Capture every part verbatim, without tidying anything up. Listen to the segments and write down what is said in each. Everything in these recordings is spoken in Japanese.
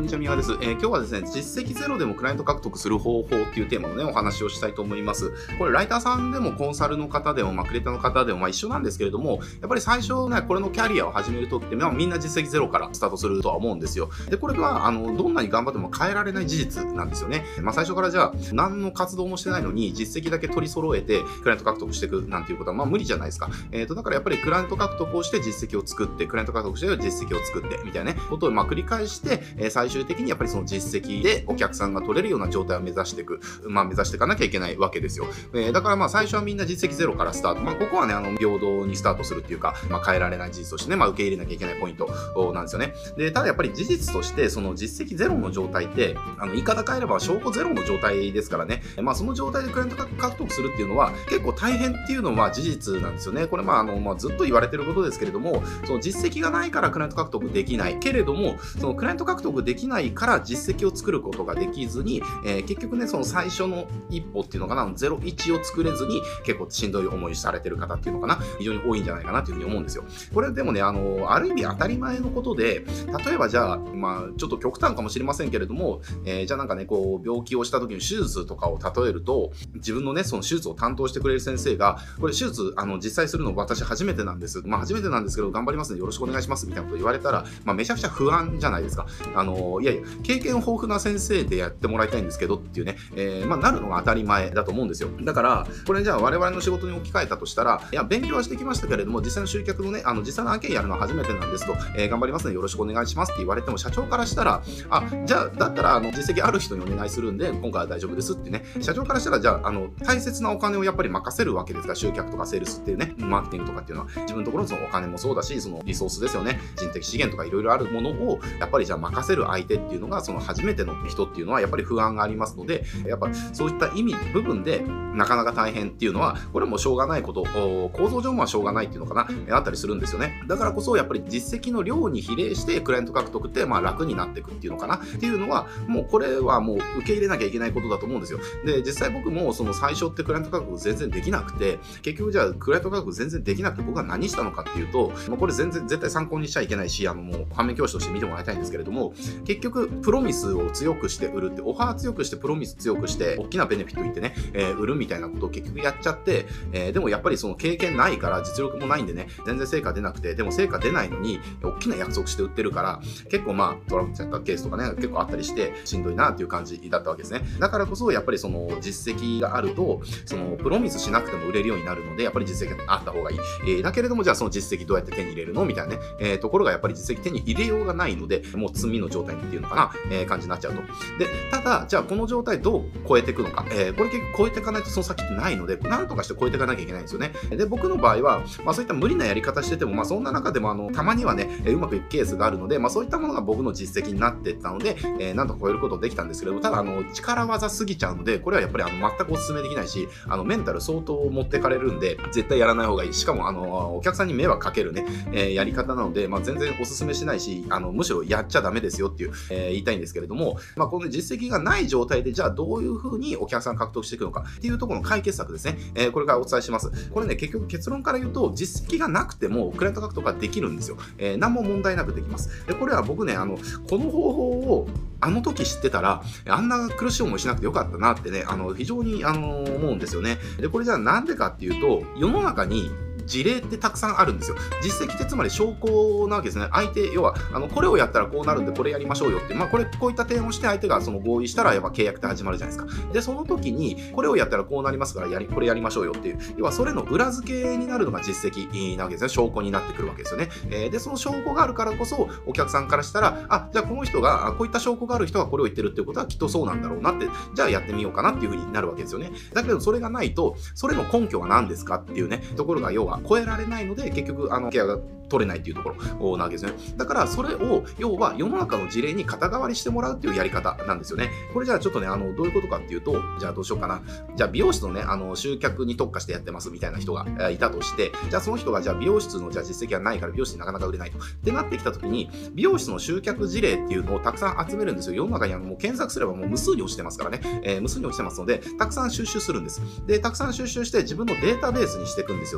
にちは、みわです。えー、今日はですね、実績ゼロでもクライアント獲得する方法っていうテーマのね、お話をしたいと思います。これ、ライターさんでもコンサルの方でも、まあ、クリエイターの方でも、まあ、一緒なんですけれども、やっぱり最初ね、これのキャリアを始めるときって、まあ、みんな実績ゼロからスタートするとは思うんですよ。で、これは、あの、どんなに頑張っても変えられない事実なんですよね。まあ、最初からじゃあ、何の活動もしてないのに、実績だけ取り揃えて、クライアント獲得していくなんていうことは、まあ、無理じゃないですか。えっと、だからやっぱりクライアント獲得をして実績を作って、クライアント獲得して実績を作って、みたいなね、ことをまあ繰り返して、えー、最終的にやっぱりその実績でお客さんが取れるような状態を目指していく、まあ目指していかなきゃいけないわけですよ。えー、だからまあ最初はみんな実績ゼロからスタート。まあここはね、あの、平等にスタートするっていうか、まあ変えられない事実としてね、まあ受け入れなきゃいけないポイントなんですよね。で、ただやっぱり事実として、その実績ゼロの状態って、あの、言い方変えれば証拠ゼロの状態ですからね。まあその状態でクライアント獲得するっていうのは、結構大変っていうのは事実なんですよね。これまああの、まあずっと言われてることですけれども、その実績がないからクライアント獲得できないけれども、そのクライアント獲得できないから実績を作ることができずに、えー、結局ね、その最初の一歩っていうのかな、ゼロいちを作れずに結構しんどい思いされてる方っていうのかな、非常に多いんじゃないかなというふうに思うんですよ。これでもね、あの、ある意味当たり前のことで、例えばじゃあ、まあ、ちょっと極端かもしれませんけれども、えー、じゃあなんかね、こう、病気をした時に手術とかを例えると、自分のね、その手術を担当してくれる先生が、これ手術、あの、実際するの私初めてなんです。まあ、初めてなんですけど、頑張りますのでよろしくお願いします、みたいなこと言われたら、まあ、めちゃくちゃ不安じゃないですか。あの、いやいや、経験豊富な先生でやってもらいたいんですけどっていうね、えー、まあ、なるのが当たり前だと思うんですよ。だから、これじゃあ我々の仕事に置き換えたとしたら、いや、勉強はしてきましたけれども、実際の集客のね、あの、実際の案件やるのは初めてなんですと、えー、頑張りますのでよろしくお願いしますって言われても、社長からしたら、あ、じゃあ、だったら、あの、実績ある人にお願いするんで、今回は大丈夫ですってね、社長からしたら、じゃあ、あの、大切なお金をやっぱり任せるわけですから、集客とかセールスっていうね、マーケティングとかっていうのは、自分のところのそのお金もそうだし、そのリソースですよね、人的資源とかいろいろあるものを、やっぱりじゃあ任せる相手っていうのが、その初めての人っていうのは、やっぱり不安がありますので、やっぱそういった意味、部分で、なかなか大変っていうのは、これもしょうがないこと、構造上もはしょうがないっていうのかな、あったりするんですよね。だからこそ、やっぱり実績の量に比例して、クライアント獲得って、まあ楽になっていくっていうのかな、っていうのは、もうこれはもう受け入れなきゃいけないことだと思うんですよ。で、実際僕も、その最初ってクライアント獲得全然できなくて、結局じゃあ、クライアント獲得全然できなくて、僕は何したのかっていうと、もうこれ全然絶対参考にしちゃいけないし、あの、もう反面教師として見てもらいたいんですけれども、結局、プロミスを強くして売るって、オファー強くして、プロミス強くして、大きなベネフィット言ってね、えー、売るみたいなことを結局やっちゃって、えー、でもやっぱりその経験ないから、実力もないんでね、全然成果出なくて、でも成果出ないのに、大きな約束して売ってるから、結構まあ、トラブルちゃったケースとかね、結構あったりして、しんどいなっていう感じだったわけですね。だからこそ、やっぱりその実績があると、そのプロミスしなくても売れるようになるので、やっぱり実績があった方がいい。えー、だけれども、じゃあその実績どうやって手に入れるのみたいなね、えー、ところがやっぱり実績手に入れようがないので、もう積みの状態っていうのかな、えー、感じになっちゃうと。で、ただ、じゃあこの状態どう超えていくのか。えー、これ結局超えていかないとその先ってないので、なんとかして超えていかなきゃいけないんですよね。で、僕の場合は、まあそういった無理なやり方してても、まあそんな中でもあの、たまにはね、えー、うまくいくケースがあるので、まあそういったものが僕の実績になっていったので、えー、なんとか超えることできたんですけれども、ただあの、力技すぎちゃうので、これはやっぱりあの、全くお勧めできないし、あの、メンタル相当持ってかれるんで、絶対やらない方がいい。しかもあの、お客さんに迷惑かけるね、えー、やり方なので、まあ全然お勧めしないし、あの、むしろやっちゃダメですよっていう、えー、言いたいんですけれども、まあこの実績がない状態で、じゃあどういう風にお客さん獲得していくのかっていうところの解決策ですね。えー、これからお伝えします。これね、結局結論から言うと、実績がなくてもクライアント獲得ができるんですよ。えー、何も問題なくできます。で、これは僕ね、あの、この方法をあの時知ってたら、あんな苦しい思いしなくてよかったなってね、あの、非常に、あの、思うんですよね。で、これじゃあなんでかっていうと、世の中に事例ってたくさんあるんですよ。実績ってつまり証拠なわけですね。相手、要は、あの、これをやったらこうなるんで、これやりましょうよって。まあ、これ、こういった提案をして相手がその合意したら、やっぱ契約って始まるじゃないですか。で、その時に、これをやったらこうなりますから、やり、これやりましょうよっていう。要は、それの裏付けになるのが実績なわけですね。証拠になってくるわけですよね。えー、で、その証拠があるからこそ、お客さんからしたら、あ、じゃあこの人が、こういった証拠がある人がこれを言ってるっていうことはきっとそうなんだろうなって、じゃあやってみようかなっていうふうになるわけですよね。だけど、それがないと、それの根拠は何ですかっていうね、ところが要は超えられないので、で結局あのケアが取れないっていうところなわけですね。だからそれを要は世の中の事例に肩代わりしてもらうっていうやり方なんですよね。これじゃあちょっとね、あのどういうことかっていうと、じゃあどうしようかな。じゃあ美容室のね、あの集客に特化してやってますみたいな人がいたとして、じゃあその人がじゃあ美容室のじゃあ実績がないから美容室になかなか売れないとってなってきたときに、美容室の集客事例っていうのをたくさん集めるんですよ。世の中にはもう検索すればもう無数に落ちてますからね、えー、無数に落ちてますので、たくさん収集するんです。で、たくさん収集して自分のデータベースにしていくんですよ、それを。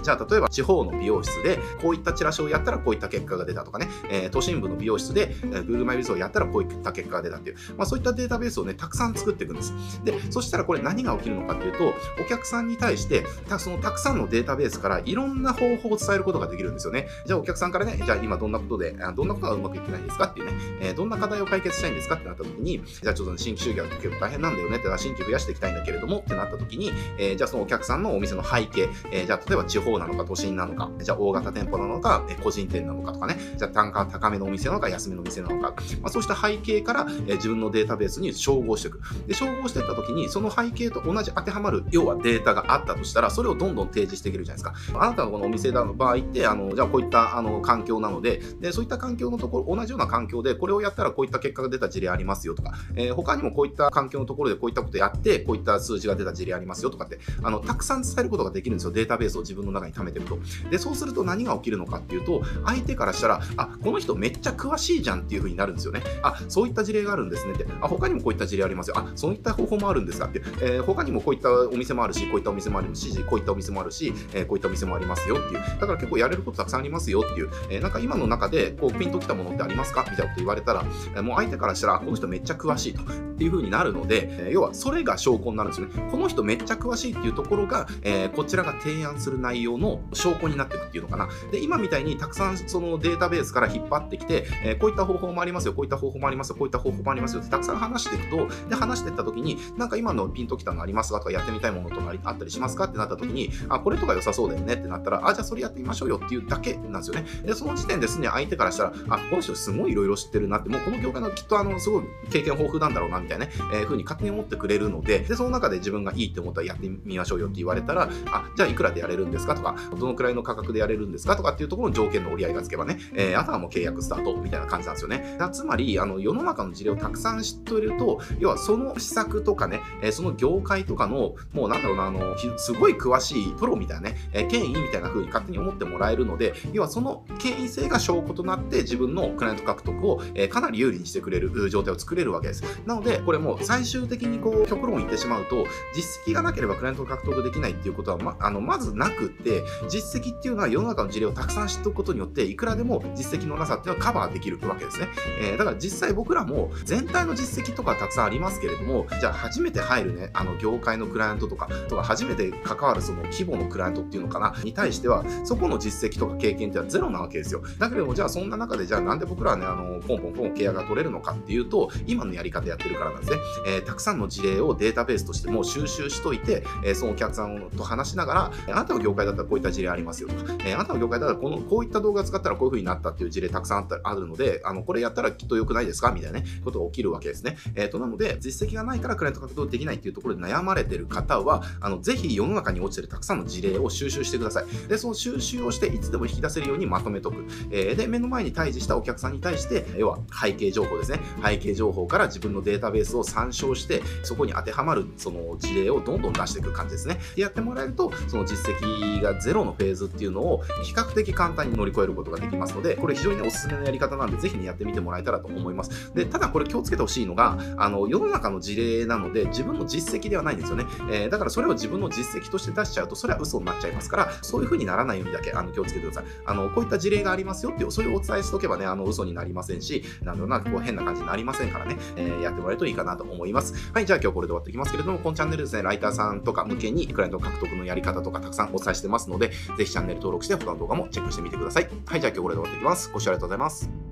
じゃあ例えば地方の美容室でこういったチラシをやったらこういった結果が出たとかね、えー、都心部の美容室で、えー、Google マイビズをやったらこういった結果が出たっていう、まあ、そういったデータベースをねたくさん作っていくんです。でそしたらこれ何が起きるのかっていうと、お客さんに対してたそのたくさんのデータベースからいろんな方法を伝えることができるんですよね。じゃあお客さんからね、じゃあ今どんなことでどんなことがうまくいってないんですかっていうね、えー、どんな課題を解決したいんですかってなった時に、じゃあちょっと新規集客って結構大変なんだよねって、新規増やしていきたいんだけれどもってなった時に、えー、じゃあそのお客さんのお店の背景、えー、じゃあ例えば地方なのか都心なのか、じゃあ大型店舗なのか、えー、個人店なのかとかね、じゃあ単価高めのお店なのか安めのお店なのか、まあ、そうした背景から、えー、自分のデータベースに照合していく。で照合していった時にその背景と同じ当てはまる要はデータがあったとしたら、それをどんどん提示していけるじゃないですか。あなたのこのお店の場合ってあのじゃあこういったあの環境なので、でそういった環境のところ同じような環境でこれをやったらこういった結果が出た事例ありますよとか、えー、他にもこういった環境のところでこういったことやってこういった数字が出た事例ありますよとかってあのたくさん伝えることができるんですよ。データベースを自分の中に貯めてると。でそうすると何が起きるのかっていうと、相手からしたらあこの人めっちゃ詳しいじゃんっていう風になるんですよね。あそういった事例があるんですねって、あ他にもこういった事例ありますよ、あそういった方法もあるんですかって、えー、他にもこういったお店もあるしこういったお店もあるしこういったお店もあるし、えー、こういったお店もありますよっていう、だから結構やれることたくさんありますよっていう、えー、なんか今の中でこうピンときたものってありますかみたいなこと言われたら、えー、もう相手からしたらこの人めっちゃ詳しいとっていう風になるので、えー、要はそれが証拠になるんですよね。この人めっちゃ詳しいっていうところが、えー、こちらが提案する内容の証拠になっていくっていうのかな。で今みたいにたくさんそのデータベースから引っ張ってきて、えー、こういった方法もありますよ、こういった方法もありますよ、こういった方法もありますよってたくさん話していくと、で話していった時になんか今のピンときたのありますかとか、やってみたいものとかあったりしますかってなった時に、あこれとか良さそうだよねってなったら、あじゃあそれやってみましょうよっていうだけなんですよね。でその時点ですでに相手からしたら、あこの人すごいいろいろ知ってるなって、もうこの業界のきっとあのすごい経験豊富なんだろうなみたいなね、えー、風に勝手に思ってくれるので、でその中で自分がいいって思ったらやってみましょうよって言われたら、あじゃあいくらでやれるんですかとか、どのくらいの価格でやれるんですかとかっていうところの条件の折り合いがつけばね、えー、あとはもう契約スタートみたいな感じなんですよね。だつまりあの世の中の事例をたくさん知っていると、要はその施策とかね、えー、その業界とかのもうなんだろうな、あのすごい詳しいプロみたいなね、えー、権威みたいな風に勝手に思ってもらえるので、要はその権威性が証拠となって自分のクライアント獲得を、えー、かなり有利にしてくれる状態を作れるわけです。なのでこれも最終的にこう極論言ってしまうと、実績がなければクライアントを獲得できないっていうことは ま, あのまずなくって、実績っていうのは世の中の事例をたくさん知っておくことによっていくらでも実績のなさっていうのはカバーできるわけですね。えー、だから実際僕らも全体の実績とかたくさんありますけれども、じゃあ初めて入るねあの業界のクライアントとかとか初めて関わるその規模のクライアントっていうのかなに対しては、そこの実績とか経験っていうのはゼロなわけですよ。だけどもじゃあそんな中でじゃあなんで僕らはねあのポンポンポン契約が取れるのかっていうと、今のやり方やってるからなんですね。えー、たくさんの事例をデータベースとしてもう収集しといて、えー、そのお客さんと話しながら、あなたの業界だったらこういった事例ありますよとか、えー、あなたの業界だったらこのこういった動画使ったらこういう風になったっていう事例たくさんあったあるので、あのこれやったらきっと良くないですかみたいなねことが起きるわけですね。えー、となので実績がないからクライアント獲得できないっていうところで悩まれてる方は、あのぜひ世の中に落ちてるたくさんの事例を収集してください。でその収集をしていつでも引き出せるようにまとめとく。えー、で目の前に対峙したお客さんに対して、要は背景情報ですね。背景情報から自分のデータベースを参照して、そこに当てはまるその事例をどんどん出していく感じですね。でやってもらえると、その実績がゼロのフェーズっていうのを比較的簡単に乗り越えることができますので、これ非常に、ね、おすすめのやり方なんで、ぜひねやってみてもらえたらと思います。でただこれ気をつけてほしいのが、あの世の中の事例なので自分の実績ではないんですよね。えー、だからそれを自分の実績として出しちゃうと、それは嘘になっちゃいますから、そういう風にならないようにだけあの気をつけてください。あのこういった事例がありますよっていう、そういうお伝えしておけばね、あの嘘になりませんし、なんだろうな、こう変な感じになりませんからね、えー、やってもらえるといいかなと思います。はい、じゃあ今日これで終わっていきますけれども、このチャンネルですね、ライターさんとか向けにクライアント獲得のやり方とかたくさんお伝えしてますので、ぜひチャンネル登録して他の動画もチェックしてみてください。はい、じゃあ今日これで終わっていきます。ご視聴ありがとうございます。